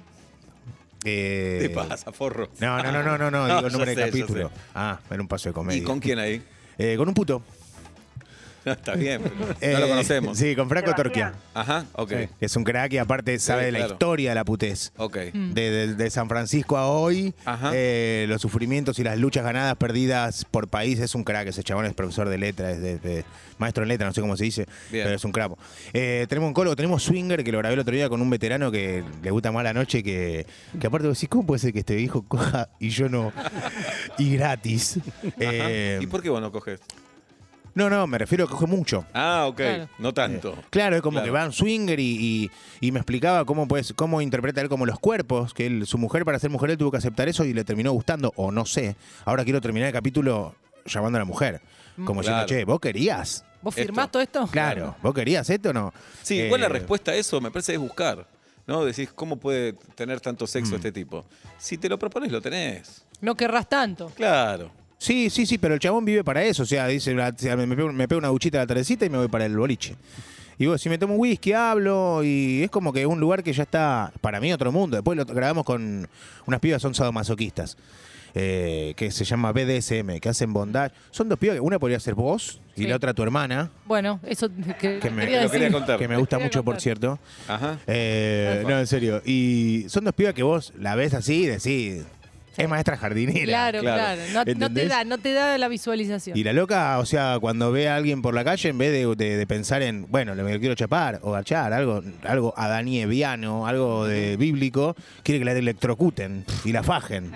eh, ¿Qué pasa, forro? No, no, no, no, no, no, digo el yo nombre sé, del yo capítulo. sé. Ah, era un paso de comedia. ¿Y con quién ahí? Eh, con un puto. No, está bien, pero no Eh, lo conocemos. Sí, con Franco Torquian. Ajá, ok. Que es un crack y aparte sabe de la claro. historia de la putez. Ok. De, de- de San Francisco a hoy, Ajá. eh, los sufrimientos y las luchas ganadas, perdidas por país, es un crack. Ese chabón es profesor de letras, es de, de- maestro en letras, no sé cómo se dice, Bien. pero es un crapo. Eh, tenemos un cólogo, tenemos Swinger, que lo grabé el otro día con un veterano que le gusta más la noche, que, que aparte vos decís, ¿cómo puede ser que este viejo coja y yo no? Y gratis. Eh, ¿Y por qué vos no coges? no, no, me refiero a que coge mucho. Ah, ok. Claro. No tanto. Claro, es como Claro. que va a un swinger y, y- y me explicaba cómo pues, cómo interpreta él como los cuerpos, que él, su mujer para ser mujer él tuvo que aceptar eso y le terminó gustando, o no sé. Ahora quiero terminar el capítulo llamando a la mujer. Como diciendo, Claro. che, ¿vos querías? ¿Vos Esto. firmás todo esto? Claro, ¿vos querías esto o no? Sí, Eh, igual la respuesta a eso me parece es buscar. ¿No? Decís, ¿cómo puede tener tanto Mm. sexo este tipo? Si te lo propones, lo tenés. No querrás tanto. Claro. Sí, sí, sí, pero el chabón vive para eso. O sea, dice, la- me pego, me pego una duchita a la tardecita y me voy para el boliche. Y vos, si me tomo un whisky, hablo, y es como que un lugar que ya está, para mí, otro mundo. Después lo grabamos con unas pibas, son sadomasoquistas, eh, que se llama B D S M, que hacen bondage. Son dos pibas, una podría ser vos y Sí. la otra tu hermana, Bueno, eso que, que me, quería lo decir. quería contar. que me gusta Quería mucho, por contar. cierto. Ajá. Eh, no, en serio. Y son dos pibas que vos la ves así y decís, es maestra jardinera. Claro, Claro. claro. No, no te ¿Entendés? da, no te da la visualización. Y la loca, o sea, cuando ve a alguien por la calle, en vez de, de- de pensar en, bueno, le quiero chapar o garchar, algo, algo adanieviano, algo de bíblico, quiere que la electrocuten y la fajen.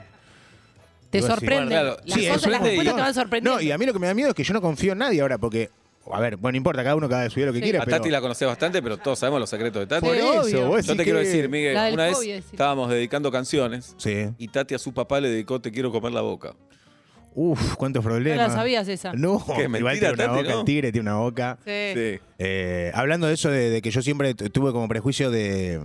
Te Digo, sí. sorprende. Bueno, claro. Las Sí, cosas, eso las es de- respuestas te van sorprendiendo. No, y a mí lo que me da miedo es que yo no confío en nadie ahora, porque, a ver, bueno, no importa, cada uno cada subir lo que Sí. quiera, A pero... Tati la conocés bastante, pero todos sabemos los secretos de Tati. Por Sí, eso, obvio. vos Yo decís te quiero que- decir, Miguel, La del una vez COVID, decís. estábamos dedicando canciones Sí. y Tati a su papá le dedicó Te quiero comer la boca. Uf, cuántos No problemas. la sabías esa. No, Qué igual mentira, tiene una Tati, boca, ¿no? el tigre tiene una boca. Sí. Sí. Eh, hablando de eso, de, de que yo siempre t- tuve como prejuicio de,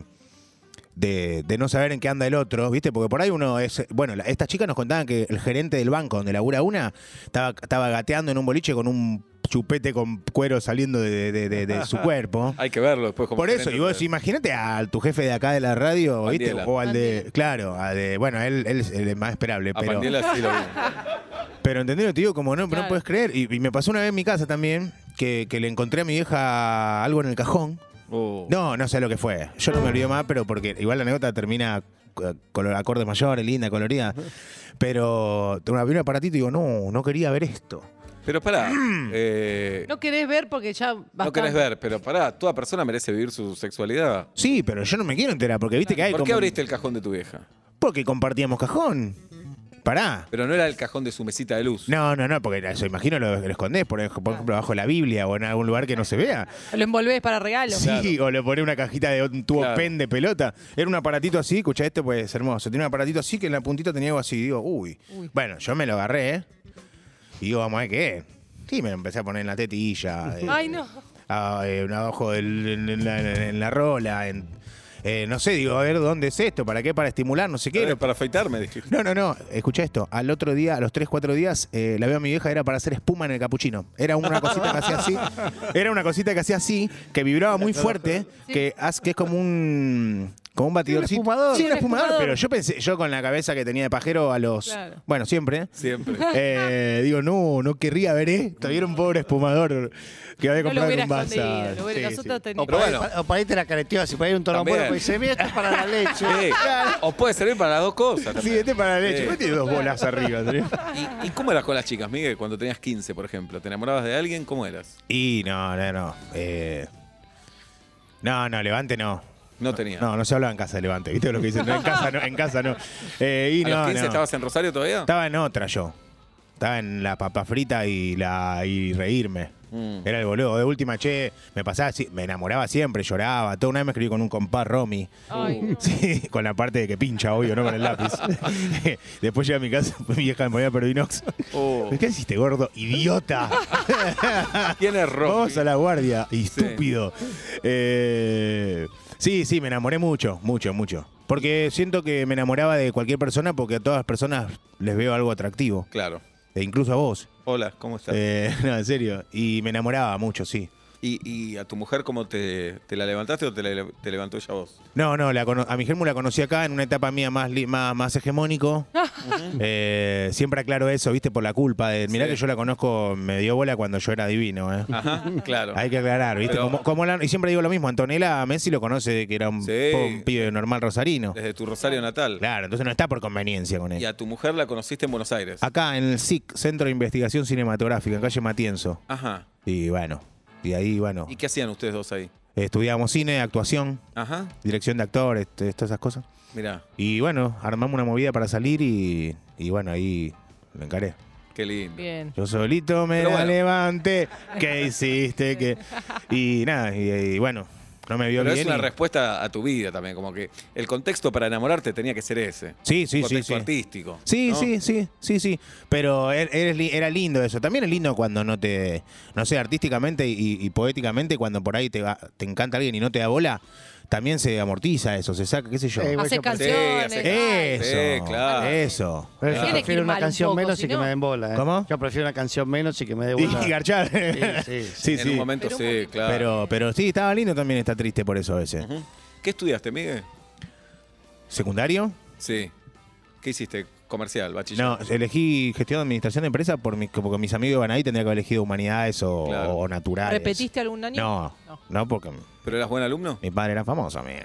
de, de no saber en qué anda el otro, ¿viste? Porque por ahí uno es. Bueno, la- estas chicas nos contaban que el gerente del banco donde labura una estaba, estaba gateando en un boliche con un chupete con cuero saliendo de, de- de- de su cuerpo. Hay que verlo después. como Por eso, gerente, y vos pero- imagínate a tu jefe de acá de la radio, ¿viste? Pandiela. O al de. Pandiela. Claro, al de. Bueno, él, él es el más esperable, A pero. Pandiela sí lo vi. Pero entendés, te digo, como no, no Claro. puedes creer. Y, y me pasó una vez en mi casa también, que, que le encontré a mi vieja algo en el cajón. Oh. No, no sé lo que fue. Yo no me olvido más, pero porque igual la anécdota termina eh, con los acordes mayores, linda, colorida. Pero tengo un aparatito y digo, no, no quería ver esto. Pero pará. eh, No querés ver porque ya bastante. no querés ver, pero pará. Toda persona merece vivir su sexualidad. Sí, pero yo no me quiero enterar, porque viste que hay ¿Por qué como- abriste el cajón de tu vieja? Porque compartíamos cajón. Pará. Pero no era el cajón de su mesita de luz. No, no, no, porque eso imagino lo, lo escondés, por, ej- por ejemplo, bajo la Biblia o en algún lugar que no se vea. Lo envolvés para regalo. Sí, o le ponés una cajita de un tubo Claro. pen de pelota. Era un aparatito así, escucha, este pues es hermoso. Tenía un aparatito así que en la puntita tenía algo así. Digo, uy. Uy. Bueno, yo me lo agarré, ¿eh? Y digo, vamos a ver qué es. Sí, me lo empecé a poner en la tetilla. eh, Ay, no. ah, eh, abajo del- en, en la, en la rola. En, eh, no sé, digo, a ver dónde es esto, para qué, para estimular, no sé qué. Era para afeitarme, dije. No, no, no. Escucha esto. Al otro día, a los tres, cuatro días, eh, la veo a mi vieja, era para hacer espuma en el capuchino. Era una cosita que hacía así. Era una cosita que hacía así, que vibraba muy fuerte, que, haz- que es como un. Como un batidorcito. espumador. Sí, un Un espumador, espumador. pero yo pensé, yo con la cabeza que tenía de pajero a los. Claro. Bueno, siempre. Siempre. eh, digo, no, no querría ver esto. Había un pobre espumador que había No lo comprado hubiera en un bazar. escondido. Lo hubiera, Sí, nosotros sí. teníamos. O por, Pero ahí, bueno. o por ahí te la careteó, si por ahí un torambueno, También. pues dice, mira, esto es para la leche. Sí. O puede servir para las dos cosas. Sí, también. este para la leche. Sí. ¿Por qué tiene dos bolas arriba? ¿sí? ¿Y, ¿Y cómo eras con las chicas, Miguel, cuando tenías quince, por ejemplo? ¿Te enamorabas de alguien? ¿Cómo eras? Y no, no, no. Eh, no, no, Levante no. No tenía. No, no se hablaba en casa de Levante. ¿Viste lo que dicen? No, en casa no, en casa no. Eh, y ¿A no, los quince no. estabas en Rosario todavía? Estaba en otra yo. Estaba en la papa frita y la y reírme. Mm. Era el boludo. De última, che, me pasaba así, me enamoraba siempre, lloraba. Toda una vez me escribí con un compás Romy. Ay, no. Sí, con la parte de que pincha, obvio, no con el lápiz. Después llegué a mi casa, mi vieja me ponía Perdinox. Oh. ¿Qué hiciste, gordo? ¡Idiota! ¿Quién es Rocky? Vamos a la guardia, estúpido. Eh, sí, sí, me enamoré mucho, mucho, mucho. Porque siento que me enamoraba de cualquier persona porque a todas las personas les veo algo atractivo. Claro. E incluso a vos. Hola, ¿cómo estás? Eh, no, en serio. Y me enamoraba mucho, sí. ¿Y, y a tu mujer cómo te, te la levantaste o te, la, te levantó ella a vos? No, no, la cono- a mi germu la conocí acá en una etapa mía más, li- más, más hegemónico. Eh, siempre aclaro eso, viste, por la culpa de. Mirá Sí. que yo la conozco, me dio bola cuando yo era divino, ¿eh? Ajá, claro. Hay que aclarar, ¿viste? Pero- Como, como la- y siempre digo lo mismo, Antonella Messi lo conoce de que era un, Sí. un pibe normal rosarino. Desde tu Rosario natal. Claro, entonces no está por conveniencia con Y él. a tu mujer la conociste en Buenos Aires. Acá en el S I C, Centro de Investigación Cinematográfica, en calle Matienzo. Ajá. Y bueno, y ahí, bueno, ¿Y qué hacían ustedes dos ahí? estudiábamos cine, actuación, Ajá. dirección de actores, este, todas esas cosas. Mirá, Y bueno, armamos una movida para salir y, y bueno, ahí lo encaré. qué lindo. Bien. Yo solito me Pero la bueno. levanté. ¿Qué hiciste? ¿Qué? Y nada, y, y bueno, no me vio Pero es bien. una y- respuesta a tu vida también, como que el contexto para enamorarte tenía que ser ese. Sí, sí, Un sí, contexto sí. artístico. Sí, ¿no? sí, sí, sí, sí. Pero er- eres li- era lindo eso. También es lindo cuando no te, no sé, artísticamente y, y poéticamente, cuando por ahí te, va- te encanta alguien y no te da bola, también se amortiza eso, se saca, qué sé yo. Eh, igual Hace yo prefiero- canciones. hace- ay. Eso, Sí, claro. eso. Pero yo Tiene que ir prefiero una mal un canción poco, menos si y que no- me den bola. ¿eh? ¿Cómo? Yo prefiero una canción menos y que me dé Y bola. garchar. Sí, sí. Sí, En sí. un momento Pero un sí, poquito. claro. Pero, pero sí, estaba lindo también, está triste por eso a veces. Ujú. ¿Qué estudiaste, Miguel? ¿Secundario? Sí. ¿Qué hiciste? Comercial, bachiller. No, elegí gestión de administración de empresa por mi, porque mis amigos iban ahí, tendría que haber elegido humanidades o, Claro. o naturales. ¿Repetiste algún año? No, No. no, porque ¿Pero eras buen alumno? mi padre era famoso, amiga.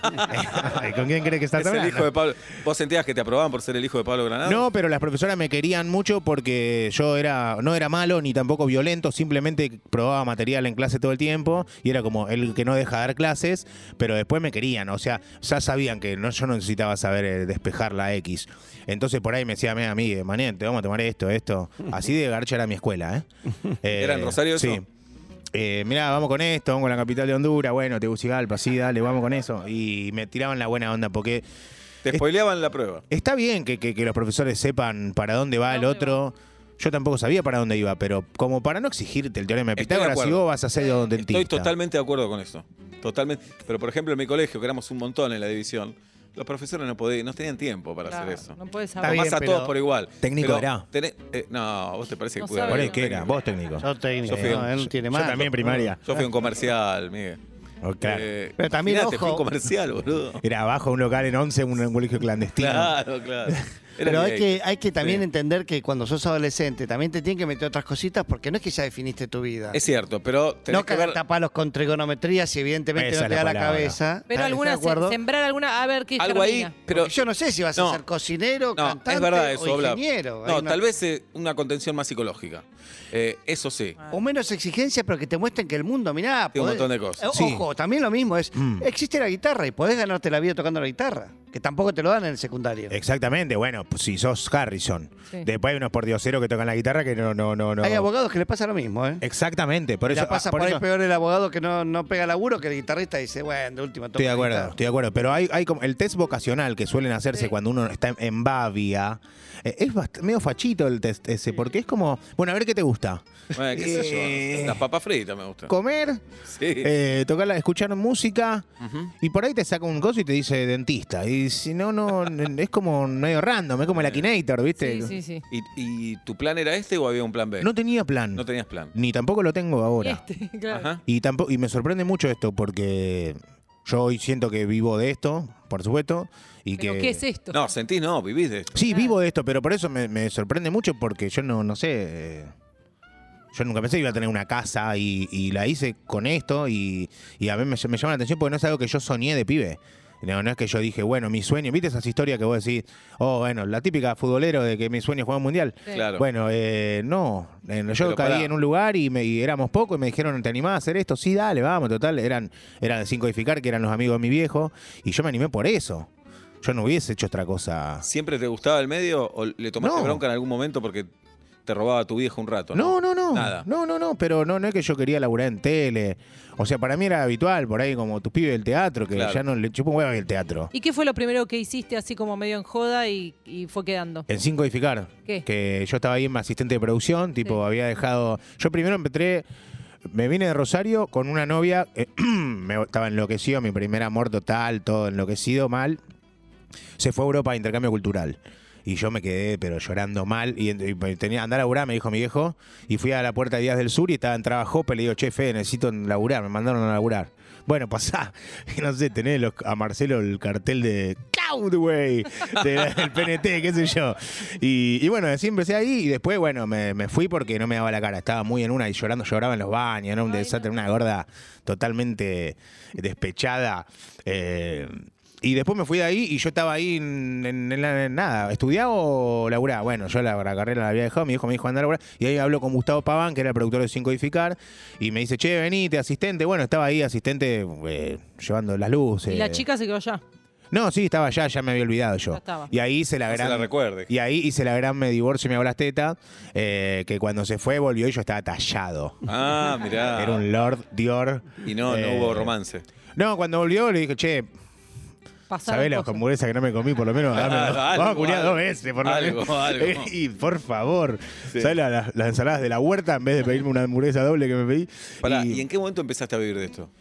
¿Y con quién crees que estás Es el hablando? hijo de Pablo. ¿Vos sentías que te aprobaban por ser el hijo de Pablo Granado? No, pero las profesoras me querían mucho porque yo era no era malo ni tampoco violento, simplemente probaba material en clase todo el tiempo y era como el que no deja de dar clases, pero después me querían, o sea, ya sabían que no, yo no necesitaba saber eh, despejar la X. Entonces por ahí me decía, mira, amigo, mané, te vamos a tomar esto, esto. Así de garcha era mi escuela, ¿eh? Eh, ¿Era en Rosario eso? Sí. Eh, mirá, vamos con esto, vamos con la capital de Honduras, bueno, Tegucigalpa, sí, dale, vamos con eso. Y me tiraban la buena onda porque Te spoileaban la prueba. está bien que, que- que los profesores sepan para dónde va el ¿Dónde otro. Yo tampoco sabía para dónde iba, pero como para no exigirte el teorema de Estoy de Pitágoras, si acuerdo. vos vas a ser dentista. Estoy totalmente de acuerdo con eso. Totalmente. Pero por ejemplo, en mi colegio, que éramos un montón en la división, los profesores no podían, no tenían tiempo para Claro, hacer eso. No puedes Está saber. bien, Tomás a pero- todos por igual. Técnico Pero era. tenés- eh, no, vos te parece que No pude sabe. ¿Por haber ahí qué era? técnico. Vos técnico. Yo técnico. Yo fui no, un- él no tiene Yo más. también primaria. Yo fui a un comercial, Miguel. Oh, claro. Eh, Pero también, imaginate, fui a un ojo. comercial, boludo. Era abajo un local en once, un, un colegio clandestino. Claro, claro. Era Pero mi hay que, hay que también Sí. entender que cuando sos adolescente también te tienen que meter otras cositas porque no es que ya definiste tu vida. Es cierto, pero tenés No que cagar ver tapalos con trigonometría si evidentemente Esa no es te la da la palabra. cabeza. Pero ¿Estás alguna, de se- acuerdo? sembrar alguna, a ver qué algo ahí, germina. pero Porque yo no sé si vas a No. ser cocinero, no, cantante es verdad o eso, habla. ingeniero. Hay No, una- tal vez eh, una contención más psicológica. Eh, eso sí. O menos exigencia, pero que te muestren que el mundo, mirá. Tiene un podés- montón de cosas. Eh, Sí. Ojo, también lo mismo es, Mm. existe la guitarra y podés ganarte la vida tocando la guitarra, que tampoco te lo dan en el secundario. Exactamente, bueno, pues si sos Harrison. Sí. Después hay unos pordioseros que tocan la guitarra que no, no, no, no. Hay abogados que les pasa lo mismo, ¿eh? Exactamente, por Y eso. la pasa ah, por por, ahí eso- peor el abogado que no, no pega laburo que el guitarrista dice, bueno, de última toca Estoy de la acuerdo, guitarra. estoy de acuerdo. Pero hay, hay como el test vocacional que suelen hacerse Sí. cuando uno está en, en Bavia. eh, es bast- medio fachito el test ese, porque es como, bueno, a ver qué te gusta. Bueno, qué sé Eh, yo. Las papas fritas me gustan. Comer, Sí. eh, tocar, la- escuchar música. Ujú. Y por ahí te saca un coso y te dice dentista. Y si no, no, es como medio random, es como el Akinator, ¿viste? Sí, sí, sí. ¿Y, y tu plan era este o había un plan B? No tenía plan. No tenías plan. Ni tampoco lo tengo ahora. Este, claro. Ajá. Y tampoco, y me sorprende mucho esto porque yo hoy siento que vivo de esto, por supuesto. Y ¿Pero que, qué es esto? No, sentís no, vivís de esto. Sí, Claro. vivo de esto, pero por eso me, me sorprende mucho porque yo no, no sé. eh, Yo nunca pensé que iba a tener una casa y, y la hice con esto y, y a mí me, me llama la atención porque no es algo que yo soñé de pibe. No, no es que yo dije, bueno, mi sueño, ¿viste esas historias que vos decís? Oh, bueno, la típica futbolero de que mi sueño es jugar un mundial. Sí. Claro. Bueno, eh, no, Eh, yo Pero caí pará. en un lugar y, me, y éramos pocos y me dijeron, ¿te animás a hacer esto? Sí, dale, vamos, total, eran, eran sin codificar, que eran los amigos de mi viejo y yo me animé por eso. Yo no hubiese hecho otra cosa. ¿Siempre te gustaba el medio o le tomaste No. bronca en algún momento porque te robaba tu viejo un rato? No, no, no. Nada. No, no, no, pero no, no es que yo quería laburar en tele. O sea, para mí era habitual, por ahí como tu pibe del teatro, que Claro. ya no le chupo un huevo el teatro. ¿Y qué fue lo primero que hiciste así como medio en joda y, y fue quedando? En Sin Codificar. ¿Qué? Que yo estaba ahí en asistente de producción, tipo, Sí. había dejado. Yo primero empecé. Me vine de Rosario con una novia, eh, me estaba enloquecido, mi primer amor total, todo enloquecido, mal. Se fue a Europa a intercambio cultural. Y yo me quedé, pero llorando mal. Y, y tenía andar a laburar, me dijo mi viejo. Y fui a la puerta de Díaz del Sur y estaba en Trabajope. Le digo, che, Fede, necesito laburar. Me mandaron a laburar. Bueno, pasá. Y no sé, tenés los, a Marcelo el cartel de Cloudway, del P N T, qué sé yo. Y, y bueno, siempre empecé ahí. Y después, bueno, me, me fui porque no me daba la cara. Estaba muy en una y llorando, lloraba en los baños. ¿no? Un desastre, una gorda totalmente despechada. Eh, Y después me fui de ahí y yo estaba ahí en, en, en, la, en nada, ¿estudiaba o laburaba? Bueno, yo la, la carrera la había dejado, mi hijo me dijo andar a laburar. Y ahí habló con Gustavo Paván, que era el productor de Sin Codificar, y me dice, che, venite, asistente. Bueno, estaba ahí, asistente, eh, llevando las luces. Y la chica se quedó allá. No, sí, estaba allá, ya me había olvidado yo. Ya estaba. Y ahí hice la No gran. se la recuerde. Y ahí hice la gran me divorcio y me hago las tetas, eh, que cuando se fue volvió y yo estaba tallado. Ah, mirá. Era un Lord Dior. Y no, eh, no hubo romance. No, cuando volvió le dije, che. Pasaron ¿Sabés la cosas. hamburguesa que no me comí? Por lo menos dame Algo, Vamos a culiar algo, dos veces, por lo algo, menos. algo. Y por favor, Sí. ¿sabes la- la- las ensaladas de la huerta? En vez de pedirme una hamburguesa doble que me pedí. Pará, y, ¿y en qué momento empezaste a vivir de esto?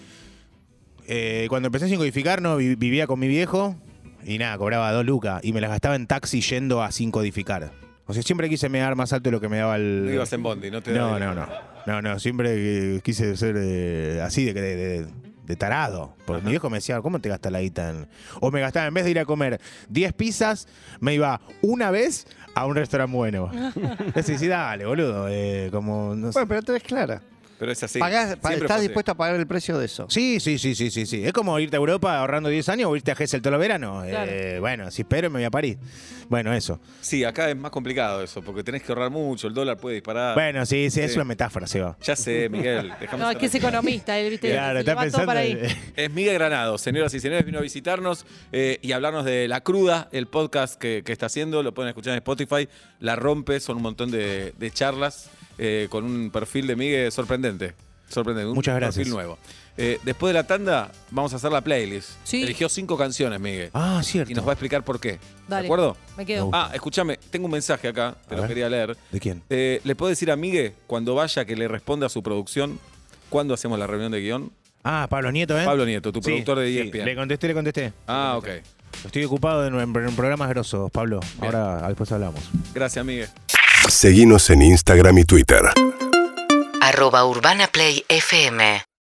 eh, cuando empecé sin codificar, no, vi- vivía con mi viejo y nada, cobraba dos lucas y me las gastaba en taxi yendo a sin codificar. O sea, siempre quise me dar más alto de lo que me daba el. No ibas en bondi, no te No, daba- no, no. No, no, siempre eh, quise ser eh, así de, de, de, de tarado. Porque mi viejo me decía, ¿cómo te gastas la guita? En... O me gastaba, en vez de ir a comer diez pizzas, me iba una vez a un restaurante bueno. Ese sí, dale, boludo. Eh, como, no sé. Bueno, pero te ves clara. Pero es así. Pagás- pa- Siempre ¿Estás fue así. dispuesto a pagar el precio de eso? Sí, sí, sí, sí, sí, sí. Es como irte a Europa ahorrando diez años o irte a Gessel todo el verano. Claro. Eh, bueno, si espero me voy a París. Bueno, eso. Sí, acá es más complicado eso, porque tenés que ahorrar mucho, el dólar puede disparar. Bueno, sí, sí, es Sí. una metáfora, Seba. Ya sé, Miguel. dejame No, es ser que es tranquilo. economista, él, viste, Claro, le está va todo pensando. para ahí. Es Miguel Granado, señoras y señores, vino a visitarnos eh, y hablarnos de La Cruda, el podcast que, que está haciendo. Lo pueden escuchar en Spotify. La Rompe, son un montón de, de charlas eh, con un perfil de Miguel sorprendente. Sorprendente, un Muchas gracias. perfil nuevo. Eh, después de la tanda, vamos a hacer la playlist. Sí. Eligió cinco canciones, Miguel. Ah, cierto. Y nos va a explicar por qué. Dale. ¿De acuerdo? Me quedo. Ah, escúchame, tengo un mensaje acá, te A lo ver. quería leer. ¿De quién? Eh, ¿Le puedo decir a Miguel, cuando vaya, que le responda a su producción, cuándo hacemos la reunión de guión? Ah, Pablo Nieto, ¿eh? Pablo Nieto, tu Sí, productor de sí. E S P N. Le contesté, le contesté. Ah, ok. Estoy ocupado en, en- en programas grosos, Pablo. Bien. Ahora después hablamos. Gracias, Miguel. Seguinos en Instagram y Twitter. Arroba Urbana Play F M.